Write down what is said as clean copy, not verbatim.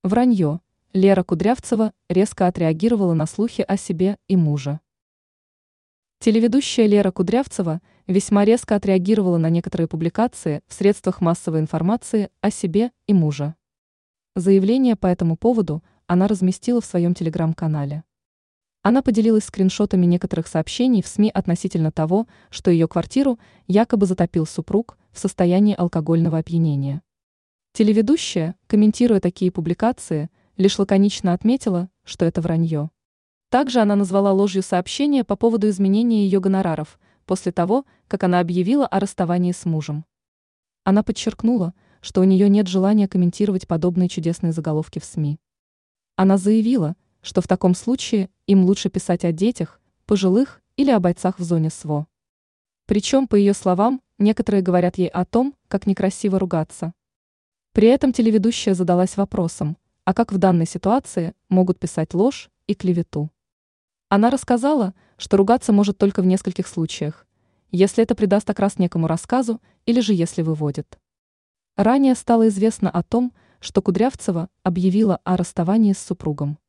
Вранье. Лера Кудрявцева резко отреагировала на слухи о себе и муже. Телеведущая Лера Кудрявцева весьма резко отреагировала на некоторые публикации в средствах массовой информации о себе и муже. Заявление по этому поводу она разместила в своем телеграм-канале. Она поделилась скриншотами некоторых сообщений в СМИ относительно того, что ее квартиру якобы затопил супруг в состоянии алкогольного опьянения. Телеведущая, комментируя такие публикации, лишь лаконично отметила, что это вранье. Также она назвала ложью сообщение по поводу изменения ее гонораров после того, как она объявила о расставании с мужем. Она подчеркнула, что у нее нет желания комментировать подобные чудесные заголовки в СМИ. Она заявила, что в таком случае им лучше писать о детях, пожилых или о бойцах в зоне СВО. Причем, по ее словам, некоторые говорят ей о том, как некрасиво ругаться. При этом телеведущая задалась вопросом, а как в данной ситуации могут писать ложь и клевету. Она рассказала, что ругаться может только в нескольких случаях, если это придаст окрас некому рассказу или же если выводит. Ранее стало известно о том, что Кудрявцева объявила о расставании с супругом.